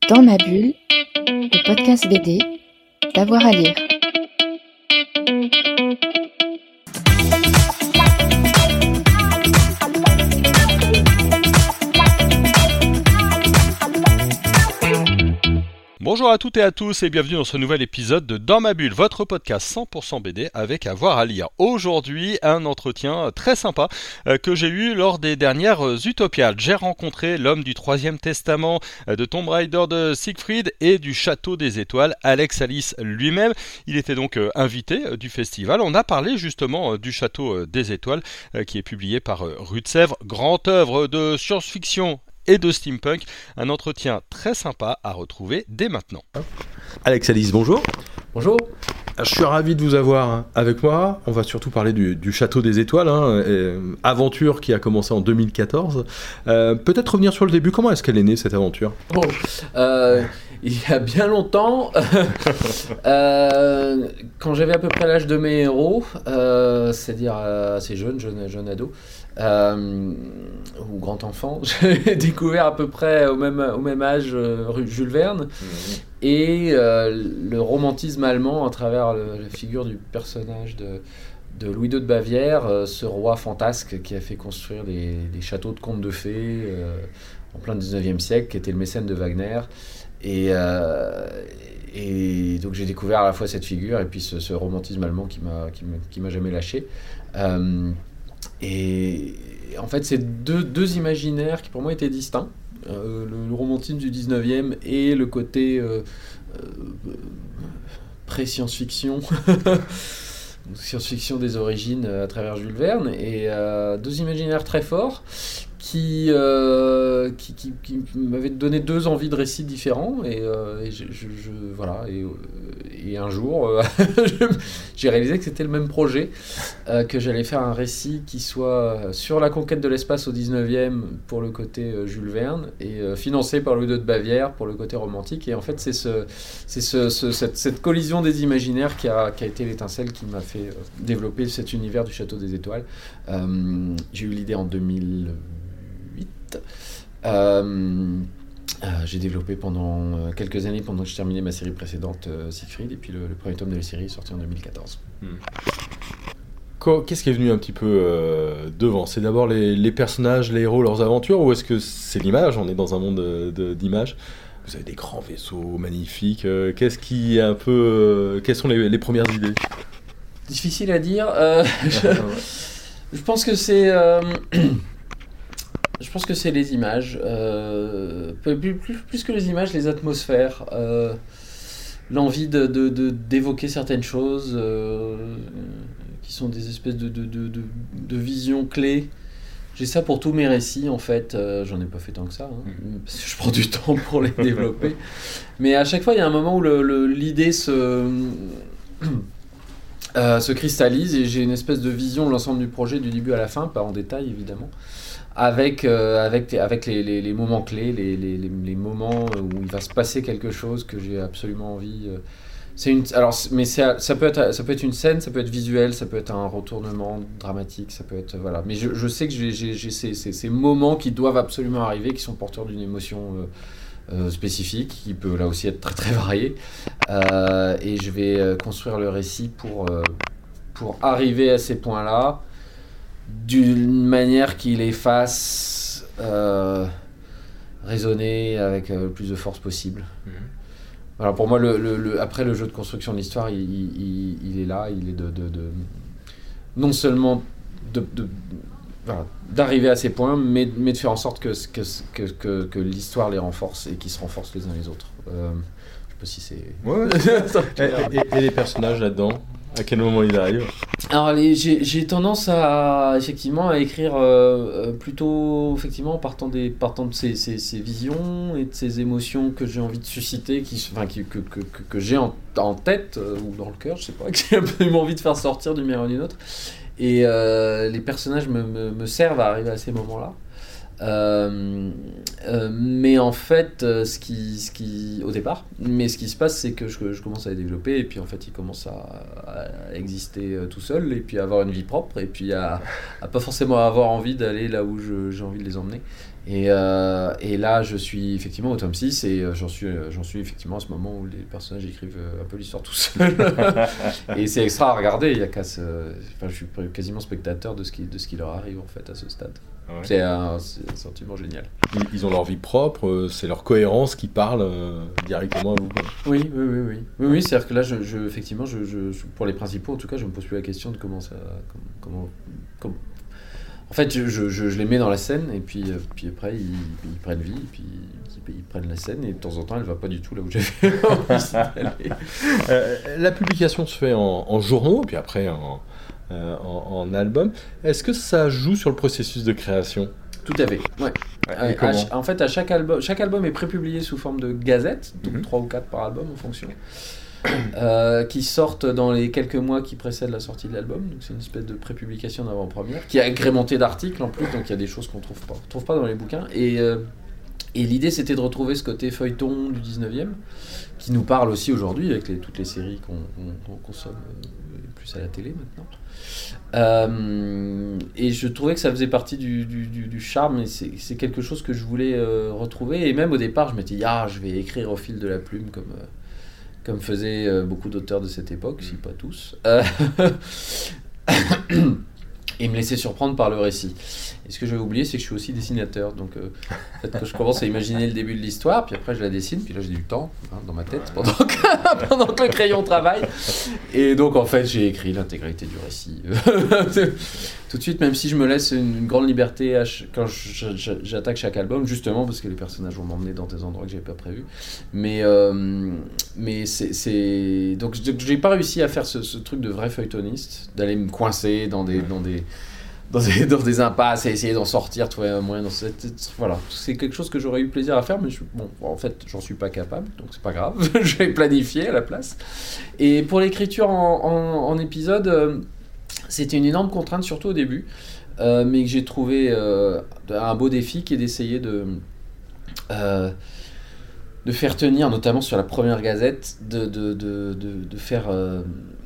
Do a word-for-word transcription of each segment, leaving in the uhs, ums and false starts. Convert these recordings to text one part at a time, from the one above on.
Dans ma bulle, le podcast B D, d'avoir à lire. Bonjour à toutes et à tous et bienvenue dans ce nouvel épisode de Dans ma bulle, votre podcast cent pour cent B D avec avoir à lire. Aujourd'hui, un entretien très sympa euh, que j'ai eu lors des dernières Utopiales. J'ai rencontré l'homme du troisième testament, euh, de Tomb Raider de Siegfried et du Château des Étoiles, Alex Alice lui-même. Il était donc euh, invité euh, du festival. On a parlé justement euh, du Château euh, des Étoiles euh, qui est publié par euh, Rue de Sèvres, grande œuvre de science-fiction et de steampunk, un entretien très sympa à retrouver dès maintenant. Alex Alice, bonjour. Bonjour. Je suis ravi de vous avoir avec moi. On va surtout parler du, du Château des Étoiles, hein, et, aventure qui a commencé en deux mille quatorze. Euh, peut-être revenir sur le début, comment est-ce qu'elle est née cette aventure ? Bon, euh, il y a bien longtemps, euh, quand j'avais à peu près l'âge de mes héros, euh, c'est-à-dire euh, assez jeune, jeune, jeune ado, euh, ou grand enfant, j'ai découvert à peu près au même, au même âge euh, Jules Verne, mmh. et euh, le romantisme allemand à travers le, la figure du personnage de, de Louis deux de Bavière, euh, ce roi fantasque qui a fait construire des, des châteaux de contes de fées euh, en plein dix-neuvième siècle, qui était le mécène de Wagner. Et, euh, et donc j'ai découvert à la fois cette figure et puis ce, ce romantisme allemand qui m'a, qui m'a, qui m'a jamais lâché. Euh, et en fait, c'est deux, deux imaginaires qui pour moi étaient distincts. Euh, le, le romantisme du dix-neuvième et le côté euh, euh, pré-science-fiction, science-fiction des origines à travers Jules Verne. Et euh, deux imaginaires très forts qui, euh, qui, qui, qui m'avaient donné deux envies de récits différents. Et, euh, et, je, je, je, voilà, et, et un jour, euh, j'ai réalisé que c'était le même projet, euh, que j'allais faire un récit qui soit sur la conquête de l'espace au dix-neuvième pour le côté euh, Jules Verne et euh, financé par Louis deux de Bavière pour le côté romantique. Et en fait, c'est, ce, c'est ce, ce, cette, cette collision des imaginaires qui a, qui a été l'étincelle qui m'a fait euh, développer cet univers du Château des Étoiles. Euh, j'ai eu l'idée en deux mille huit. Euh, euh, j'ai développé pendant euh, quelques années, pendant que je terminais ma série précédente, euh, Siegfried, et puis le, le premier tome de la série est sorti en deux mille quatorze. Hmm. Qu'est-ce qui est venu un petit peu euh, devant ? C'est d'abord les, les personnages, les héros, leurs aventures, ou est-ce que c'est l'image ? On est dans un monde de, de, d'images. Vous avez des grands vaisseaux magnifiques. Euh, qu'est-ce qui est un peu... Euh, quelles sont les, les premières idées ? Difficile à dire. Euh, je, je pense que c'est... Euh, Je pense que c'est les images, euh, plus, plus, plus que les images, les atmosphères, euh, l'envie de, de, de, d'évoquer certaines choses euh, qui sont des espèces de, de, de, de, de visions clés. J'ai ça pour tous mes récits en fait, euh, j'en ai pas fait tant que ça, hein, parce que je prends du temps pour les développer. Mais à chaque fois, il y a un moment où le, le, l'idée se... Euh, se cristallise et j'ai une espèce de vision de l'ensemble du projet du début à la fin, pas en détail évidemment, avec, euh, avec, avec les, les, les moments clés, les, les, les moments où il va se passer quelque chose que j'ai absolument envie. Euh, c'est une, alors, mais c'est, ça, peut être, ça peut être une scène, ça peut être visuel, ça peut être un retournement dramatique, ça peut être... Voilà. Mais je, je sais que j'ai, j'ai, j'ai ces, ces, ces moments qui doivent absolument arriver, qui sont porteurs d'une émotion... Euh, Euh, spécifique, qui peut là aussi être très très varié, euh, et je vais euh, construire le récit pour, euh, pour arriver à ces points-là d'une manière qui les fasse euh, résonner avec euh, le plus de force possible. Mmh. Alors pour moi, le, le, le, après le jeu de construction de l'histoire, il, il, il est là, il est de, de, de non seulement de, de Voilà, d'arriver à ces points, mais, mais de faire en sorte que, que, que, que, que l'histoire les renforce et qu'ils se renforcent les uns les autres. Euh, je sais pas si c'est... Ouais, et, et, et les personnages là-dedans, à quel moment ils arrivent ? Alors, les, j'ai, j'ai tendance à, effectivement, à écrire euh, plutôt, effectivement, partant, des, partant de ces, ces, ces visions et de ces émotions que j'ai envie de susciter, qui, enfin, qui, que, que, que, que j'ai en, en tête, euh, ou dans le cœur, je sais pas, que j'ai absolument envie de faire sortir d'une manière ou d'une autre. Et euh, les personnages me, me, me servent à arriver à ces moments-là. Euh, euh, mais en fait, euh, ce qui, ce qui, au départ, mais ce qui se passe, c'est que je, je commence à les développer, et puis en fait, ils commencent à, à exister euh, tout seuls, et puis à avoir une vie propre, et puis à, à pas forcément avoir envie d'aller là où je, j'ai envie de les emmener. Et, euh, et là, je suis effectivement au tome six et euh, j'en suis, euh, j'en suis effectivement à ce moment où les personnages écrivent euh, un peu l'histoire tout seuls. Et c'est extra à regarder. Il y a qu'à se... enfin, je suis quasiment spectateur de ce, qui, de ce qui leur arrive en fait à ce stade. Ouais. C'est, un, c'est un sentiment génial. Ils, ils ont leur vie propre, c'est leur cohérence qui parle euh, directement à vous. Oui, oui, oui, oui. Oui, oui, c'est-à-dire que là, je, je, effectivement, je, je, pour les principaux, en tout cas, je me pose plus la question de comment ça... Comment, comment, En fait, je, je, je les mets dans la scène, et puis, puis après, ils, ils prennent vie, et puis ils, ils prennent la scène, et de temps en temps, elle ne va pas du tout là où j'avais envie d'aller. Euh, la publication se fait en, en journaux, puis après en, euh, en, en album. Est-ce que ça joue sur le processus de création ? Tout à fait, ouais. ouais à, en fait, à chaque album, chaque album est prépublié sous forme de gazette, donc trois mm-hmm. ou quatre par album en fonction. Euh, qui sortent dans les quelques mois qui précèdent la sortie de l'album, donc c'est une espèce de prépublication d'avant-première qui est agrémentée d'articles en plus, donc il y a des choses qu'on trouve pas, trouve pas dans les bouquins, et, euh, et l'idée c'était de retrouver ce côté feuilleton du dix-neuvième qui nous parle aussi aujourd'hui avec les, toutes les séries qu'on, qu'on, qu'on consomme euh, plus à la télé maintenant. Euh, et je trouvais que ça faisait partie du, du, du, du charme, et c'est, c'est quelque chose que je voulais euh, retrouver, et même au départ je m'étais dit ah je vais écrire au fil de la plume comme euh, comme faisaient euh, beaucoup d'auteurs de cette époque, si pas tous, euh, et me laisser surprendre par le récit. Et ce que j'avais oublié, c'est que je suis aussi dessinateur, donc euh, peut-être que je commence à imaginer le début de l'histoire, puis après je la dessine, puis là j'ai du temps hein, dans ma tête pendant que, pendant que le crayon travaille, et donc en fait j'ai écrit l'intégralité du récit. Tout de suite, même si je me laisse une, une grande liberté à ch- quand je, je, j'attaque chaque album, justement parce que les personnages vont m'emmener dans des endroits que j'avais pas prévus. Mais, euh, mais c'est, c'est... Donc j'ai pas réussi à faire ce, ce truc de vrai feuilletoniste, d'aller me coincer dans des, dans des, dans des, dans des impasses et essayer d'en sortir, trouver un moyen dans cette... Voilà, c'est quelque chose que j'aurais eu plaisir à faire, mais je, bon, en fait, j'en suis pas capable, donc c'est pas grave, je vais planifier à la place. Et pour l'écriture en, en, en épisode... Euh, c'était une énorme contrainte, surtout au début, euh, mais que j'ai trouvé euh, un beau défi qui est d'essayer de, euh, de faire tenir, notamment sur la première gazette, de, de, de, de, de faire euh,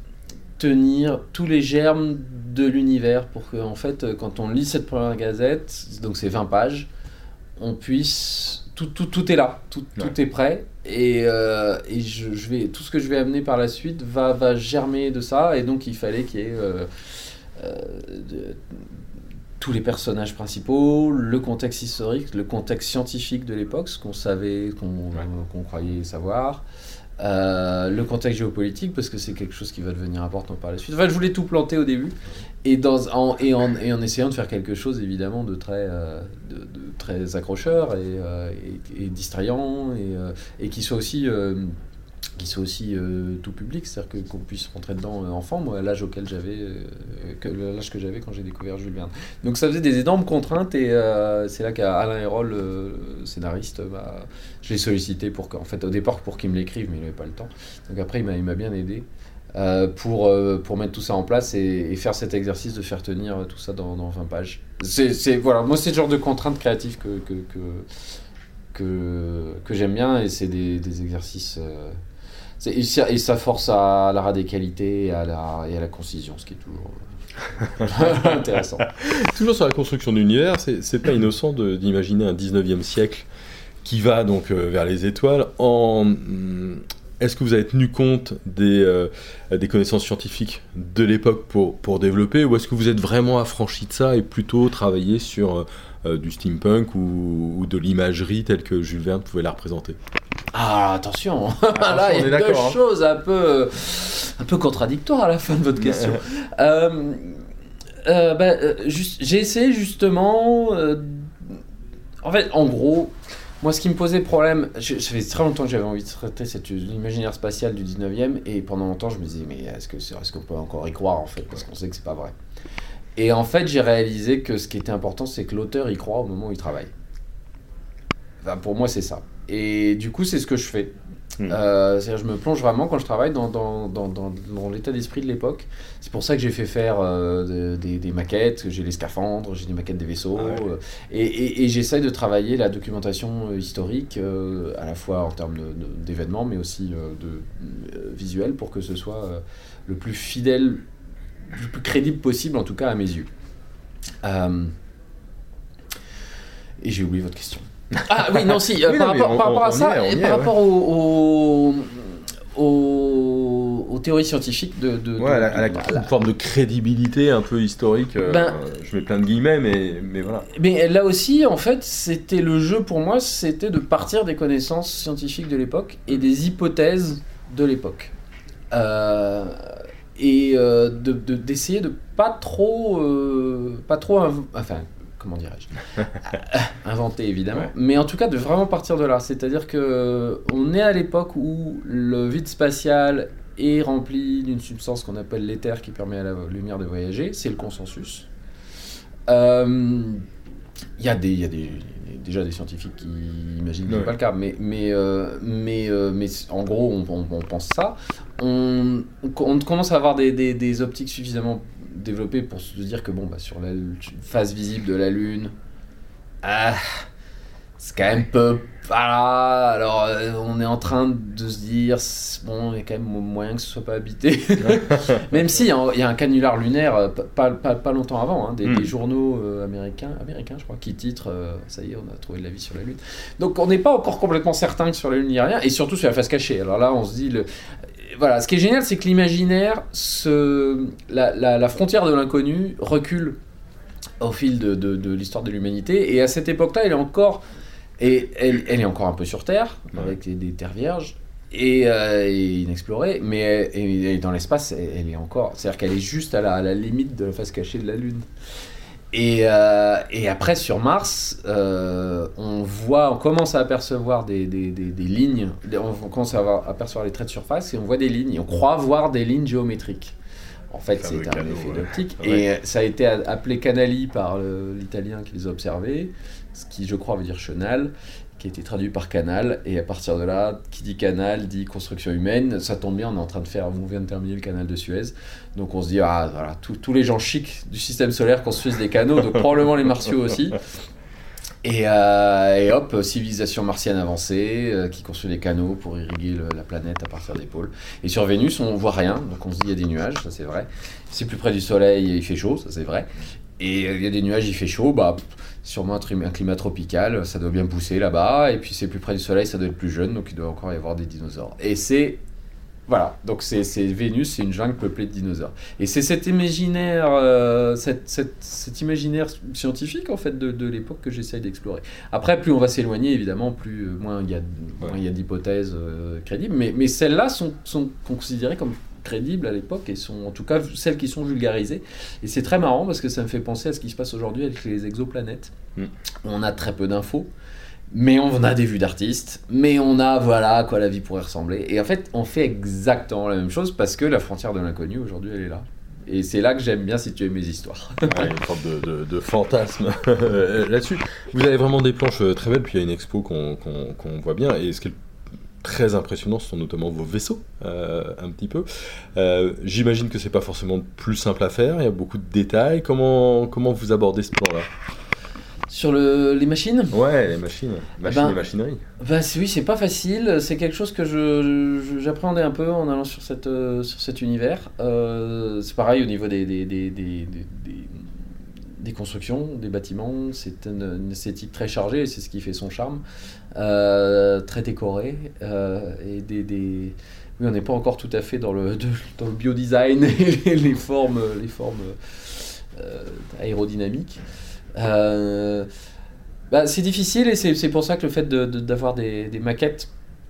tenir tous les germes de l'univers pour que, en fait, quand on lit cette première gazette, donc c'est vingt pages, on puisse... Tout, tout, tout est là, tout, ouais. tout est prêt, et, euh, et je, je vais, tout ce que je vais amener par la suite va, va germer de ça, et donc il fallait qu'il y ait euh, euh, de, tous les personnages principaux, le contexte historique, le contexte scientifique de l'époque, ce qu'on savait, qu'on, ouais. qu'on croyait savoir, euh, le contexte géopolitique, parce que c'est quelque chose qui va devenir important par la suite. Enfin, je voulais tout planter au début, et, dans, en, et, en, et en essayant de faire quelque chose, évidemment, de très, euh, de, de très accrocheur et, euh, et, et distrayant, et, euh, et qui soit aussi, euh, qui soit aussi euh, tout public, c'est-à-dire que, qu'on puisse rentrer dedans euh, enfant, moi, à l'âge auquel j'avais, euh, que, l'âge que j'avais quand j'ai découvert Jules Verne. Donc ça faisait des énormes contraintes, et euh, c'est là qu'Alain Hérol, le scénariste, bah, je l'ai sollicité pour qu'en fait, au départ, pour qu'il me l'écrive, mais il n'avait pas le temps. Donc après, il m'a, il m'a bien aidé. Euh, pour, euh, pour mettre tout ça en place et, et faire cet exercice de faire tenir tout ça dans, dans vingt pages. C'est, c'est, voilà, moi, c'est le genre de contraintes créatives que, que, que, que, que j'aime bien, et c'est des, des exercices... Euh, c'est, et, ça, et ça force à la radicalité et à la, et à la concision, ce qui est toujours euh, intéressant. Toujours sur la construction d'univers, c'est, c'est pas innocent de, d'imaginer un dix-neuvième siècle qui va donc euh, vers les étoiles en... Hum, est-ce que vous avez tenu compte des, euh, des connaissances scientifiques de l'époque pour, pour développer, ou est-ce que vous êtes vraiment affranchi de ça et plutôt travaillé sur euh, du steampunk ou, ou de l'imagerie telle que Jules Verne pouvait la représenter ? Ah, attention, ah, là il y a deux hein. choses un peu, un peu contradictoires à la fin de votre question. euh, euh, bah, juste, j'ai essayé justement... Euh, en fait, en gros... Moi, ce qui me posait problème, je, ça fait très longtemps que j'avais envie de traiter cet imaginaire spatial du dix-neuvième, et pendant longtemps, je me disais, mais est-ce, que, est-ce qu'on peut encore y croire, en fait, parce qu'on sait que c'est pas vrai. Et en fait, j'ai réalisé que ce qui était important, c'est que l'auteur y croit au moment où il travaille. Enfin, pour moi, c'est ça. Et du coup, c'est ce que je fais. Mmh. Euh, c'est-à-dire, je me plonge vraiment quand je travaille dans, dans, dans, dans, dans l'état d'esprit de l'époque. C'est pour ça que j'ai fait faire euh, de, des, des maquettes, j'ai les scaphandres, j'ai des maquettes des vaisseaux, ah ouais. euh, et, et, et j'essaye de travailler la documentation euh, historique, euh, à la fois en termes de, de, d'événements, mais aussi euh, de euh, visuel, pour que ce soit euh, le plus fidèle, le plus crédible possible, en tout cas à mes yeux. Euh, Et j'ai oublié votre question. Ah oui, non, si, euh, Oui, par, non, mais rapport, on- par rapport on à y ça, est, on et y par est, rapport au, au, au- aux théories scientifiques de... de, Ouais, à la, de- à la- de- une forme de crédibilité un peu historique. euh, Ben- euh, je mets plein de guillemets, mais, mais voilà. Mais là aussi, en fait, c'était le jeu pour moi, c'était de partir des connaissances scientifiques de l'époque et des hypothèses de l'époque. Euh, et euh, de, de- d'essayer de pas trop... euh, pas trop... inv- Enfin, comment dirais-je inventer, évidemment. Ouais. Mais en tout cas, de vraiment partir de là. C'est-à-dire que on est à l'époque où le vide spatial est rempli d'une substance qu'on appelle l'éther qui permet à la lumière de voyager. C'est le consensus. Euh, Il y a, des, il y a des, déjà des scientifiques qui imaginent que ce Ouais. n'est pas le cas, mais, mais, euh, mais, euh, mais en gros, on, on- on pense ça. On, on commence à avoir des, des, des optiques suffisamment développées pour se dire que bon, bah, sur la face visible de la Lune, ah, c'est quand même peu... Voilà, alors euh, on est en train de se dire, c'est- bon, il y a quand même moyen que ce soit pas habité. Même si hein, il y a un canular lunaire euh, pas, pas, pas longtemps avant, hein, des, Mm. des journaux euh, américains, américains je crois, qui titrent euh, ça y est, on a trouvé de la vie sur la Lune. Donc on n'est pas encore complètement certain que sur la Lune il n'y a rien, et surtout sur la face cachée. Alors là on se dit, le... voilà, ce qui est génial c'est que l'imaginaire, se... la, la, la frontière de l'inconnu recule au fil de, de, de l'histoire de l'humanité, et à cette époque-là elle est encore... Et elle, elle est encore un peu sur Terre, Ouais. avec des, des terres vierges, et, euh, et inexplorées, mais elle- et, et dans l'espace, elle, elle est encore... C'est-à-dire qu'elle est juste à la, à la limite de la face cachée de la Lune. Et, euh, et après, sur Mars, euh, on voit, on commence à apercevoir des, des, des, des lignes, on commence à avoir- apercevoir les traits de surface, et on voit des lignes, et on croit voir des lignes géométriques. En fait, Fameux c'est un canaux, effet ouais. d'optique. Ouais. Et ça a été a- appelé canali par le- l'italien qui les a observés, ce qui, je crois, veut dire chenal, qui a été traduit par canal. Et à partir de là, qui dit canal dit construction humaine. Ça tombe bien, on est en train de faire, on vient de terminer le canal de Suez. Donc on se dit, ah voilà, tous- tous les gens chics du système solaire construisent des canaux, donc probablement les martiaux aussi. Et, euh, et hop, civilisation martienne avancée, euh, qui construit des canaux pour irriguer le- la planète à partir des pôles. Et sur Vénus, on voit rien, donc on se dit il y a des nuages, ça c'est vrai. C'est plus près du Soleil, il fait chaud, ça c'est vrai. Et euh, il y a des nuages, il fait chaud, bah pff, sûrement un, tri- un climat tropical, ça doit bien pousser là-bas. Et puis c'est plus près du Soleil, ça doit être plus jeune, donc il doit encore y avoir des dinosaures. Et c'est voilà, donc c'est, c'est Vénus, c'est une jungle peuplée de dinosaures. Et c'est cet imaginaire, euh, cette, cette- cet imaginaire scientifique en fait de, de l'époque que j'essaye d'explorer. Après, plus on va s'éloigner, évidemment, plus euh, moins il y a, moins il y a d'hypothèses euh, crédibles. Mais, mais celles-là sont, sont considérées comme crédibles à l'époque et sont en tout cas celles qui sont vulgarisées. Et c'est très marrant parce que ça me fait penser à ce qui se passe aujourd'hui avec les exoplanètes. Mm. On a très peu d'infos. Mais on a des vues d'artistes, mais on a, voilà, à quoi la vie pourrait ressembler. Et en fait, on fait exactement la même chose parce que la frontière de l'inconnu, aujourd'hui, elle est là. Et c'est là que j'aime bien situer mes histoires. Ouais, une sorte de, de, de fantasme là-dessus. Vous avez vraiment des planches euh, très belles, puis il y a une expo qu'on qu'on- qu'on voit bien. Et ce qui est très impressionnant, ce sont notamment vos vaisseaux, euh, un petit peu. Euh, J'imagine que c'est pas forcément plus simple à faire, il y a beaucoup de détails. Comment, comment vous abordez ce plan-là? Sur le, les machines, Ouais, les machines, machines ben, et machinerie. bah, c'est- oui, c'est pas facile. C'est quelque chose que je, je- j'appréhendais un peu en allant sur, cette, euh, sur cet univers. Euh, c'est pareil au niveau des, des, des, des, des, des- des constructions, des bâtiments. C'est une, une esthétique très chargée et c'est ce qui fait son charme. Euh, très décoré. Euh, et des, des... Oui, on n'est pas encore tout à fait dans le, de- dans le biodesign et les formes, les formes euh, aérodynamiques. Euh, bah, c'est difficile et c'est, c'est pour ça que le fait de, de- d'avoir des, des maquettes,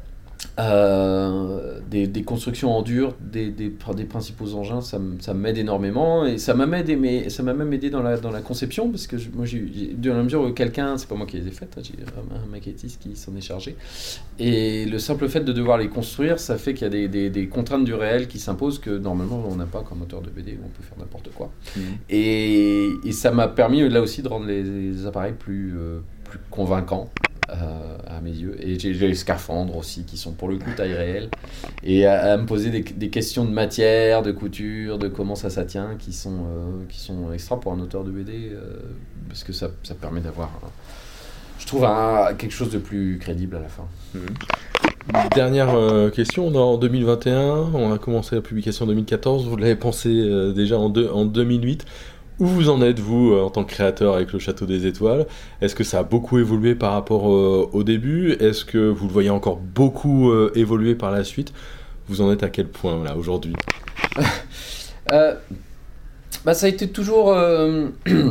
euh, des, des constructions en dur, des, des, des principaux engins, ça, m- ça m'aide énormément et ça m'a même aidé, mais ça m'a même aidé dans la, dans la conception parce que je- moi j'ai, j'ai dans la mesure où quelqu'un, c'est pas moi qui les ai faites, hein, j'ai un, un maquettiste qui s'en est chargé et le simple fait de devoir les construire, ça fait qu'il y a des, des, des contraintes du réel qui s'imposent que normalement on n'a pas comme auteur de B D où on peut faire n'importe quoi. Mmh. Et, et ça m'a permis là aussi de rendre les, les appareils plus, euh, plus convaincants euh, à mes yeux. Et j'ai, j'ai les scaphandres aussi qui sont pour le coup taille réelle. Et à, à me poser des, des questions de matière, de couture, de comment ça, ça tient, qui sont, euh, qui sont extra pour un auteur de B D, euh, parce que ça, ça permet d'avoir, un, je trouve, un, quelque chose de plus crédible à la fin. Mmh. Dernière euh, question, on est en deux mille vingt et un, on a commencé la publication en deux mille quatorze, vous l'avez pensé euh, déjà en, deux, en deux mille huit. Où vous en êtes, vous, en tant que créateur avec le Château des Étoiles ? Est-ce que ça a beaucoup évolué par rapport euh, au début ? Est-ce que vous le voyez encore beaucoup euh, évoluer par la suite ? Vous en êtes à quel point, là, aujourd'hui ? euh, bah, Ça a été toujours... Euh,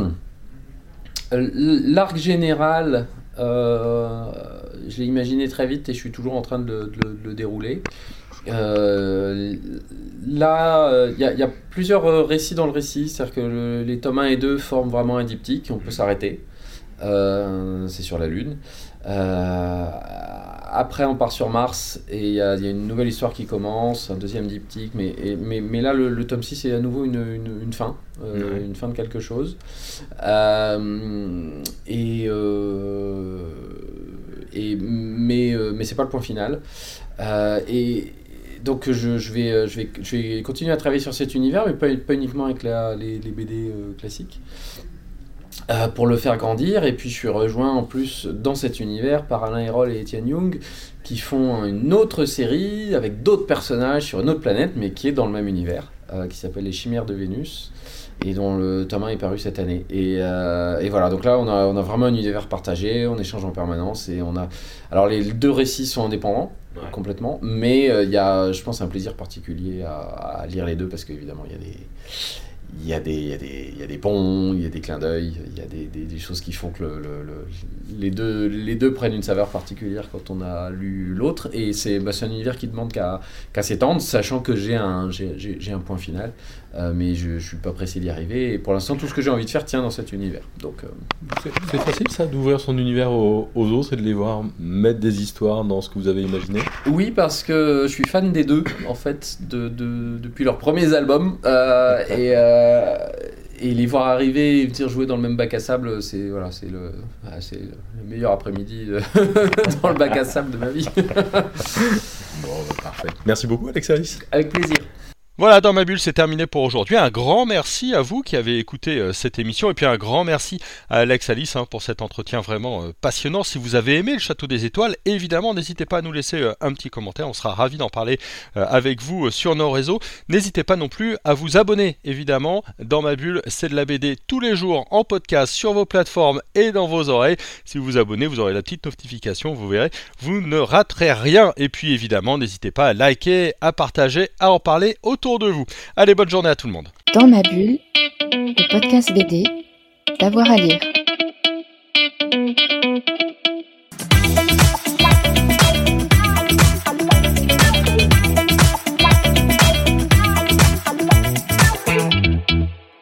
l'arc général, euh, je l'ai imaginé très vite et je suis toujours en train de, de, de le dérouler. Euh, là, il euh, y, y a plusieurs récits dans le récit, c'est-à-dire que le, les tomes un et deux forment vraiment un diptyque, on peut s'arrêter, euh, c'est sur la Lune. Euh, après, on part sur Mars et il y, y a une nouvelle histoire qui commence, un deuxième diptyque, mais, et, mais, mais là, le, le tome six est à nouveau une, une, une fin, euh, mmh. une fin de quelque chose. Euh, et, euh, et, mais, euh, mais c'est pas le point final. Euh, et donc je, je, vais, je, vais, je vais continuer à travailler sur cet univers, mais pas, pas uniquement avec la, les, les B D euh, classiques, euh, pour le faire grandir. Et puis je suis rejoint en plus dans cet univers par Alain Hérol et Étienne Young, qui font une autre série avec d'autres personnages sur une autre planète, mais qui est dans le même univers, euh, qui s'appelle Les Chimères de Vénus, et dont le tome un est paru cette année. Et, euh, et voilà, donc là on a, on a vraiment un univers partagé, on échange en permanence, et on a... Alors les deux récits sont indépendants, ouais. complètement, mais il euh, y a, je pense, un plaisir particulier à, à lire les deux, parce qu'évidemment il y a des... Il y, a des, il, y a des, il y a des ponts, il y a des clins d'œil, il y a des, des, des choses qui font que le, le, le, les, deux, les deux prennent une saveur particulière quand on a lu l'autre. Et c'est, bah, c'est un univers qui demande qu'à, qu'à s'étendre, sachant que j'ai un, j'ai, j'ai, j'ai un point final. Euh, mais je ne suis pas pressé d'y arriver. Et pour l'instant, tout ce que j'ai envie de faire tient dans cet univers. Donc, euh... c'est, c'est facile, ça, d'ouvrir son univers aux, aux autres et de les voir mettre des histoires dans ce que vous avez imaginé ? Oui, parce que je suis fan des deux, en fait, de, de, depuis leurs premiers albums. Euh, et, euh, et les voir arriver et venir jouer dans le même bac à sable, c'est, voilà, c'est, le, c'est le meilleur après-midi dans le bac à sable de ma vie. Bon, bah, parfait. Merci beaucoup, Alex Alice. Avec plaisir. Voilà, Dans ma bulle, c'est terminé pour aujourd'hui. Un grand merci à vous qui avez écouté euh, cette émission, et puis un grand merci à Alex Alice hein, pour cet entretien vraiment euh, passionnant. Si vous avez aimé le Château des Étoiles, évidemment, n'hésitez pas à nous laisser euh, un petit commentaire. On sera ravis d'en parler euh, avec vous euh, sur nos réseaux. N'hésitez pas non plus à vous abonner, évidemment. Dans ma bulle, c'est de la B D tous les jours en podcast sur vos plateformes et dans vos oreilles. Si vous vous abonnez, vous aurez la petite notification, vous verrez, vous ne raterez rien. Et puis évidemment, n'hésitez pas à liker, à partager, à en parler autour de vous. Allez, bonne journée à tout le monde. Dans ma bulle, le podcast B D, d'avoir à lire.